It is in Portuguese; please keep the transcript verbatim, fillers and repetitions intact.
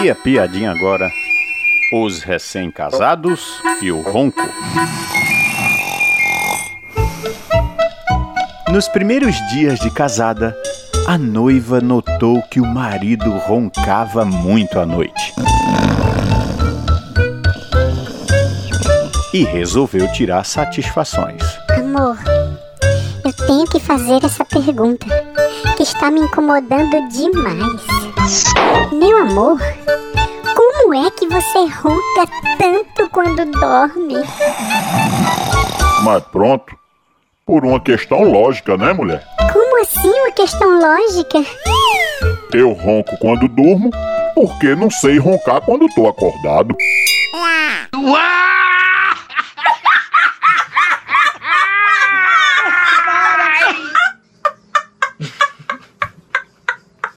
E a piadinha agora: os recém-casados e o ronco. Nos primeiros dias de casada, a noiva notou que o marido roncava muito à noite. E resolveu tirar satisfações. Amor, eu tenho que fazer essa pergunta, que está me incomodando demais. Meu amor, como é que você ronca tanto quando dorme? Mas pronto, por uma questão lógica, né, mulher? Como assim uma questão lógica? Eu ronco quando durmo, porque não sei roncar quando tô acordado. Uau!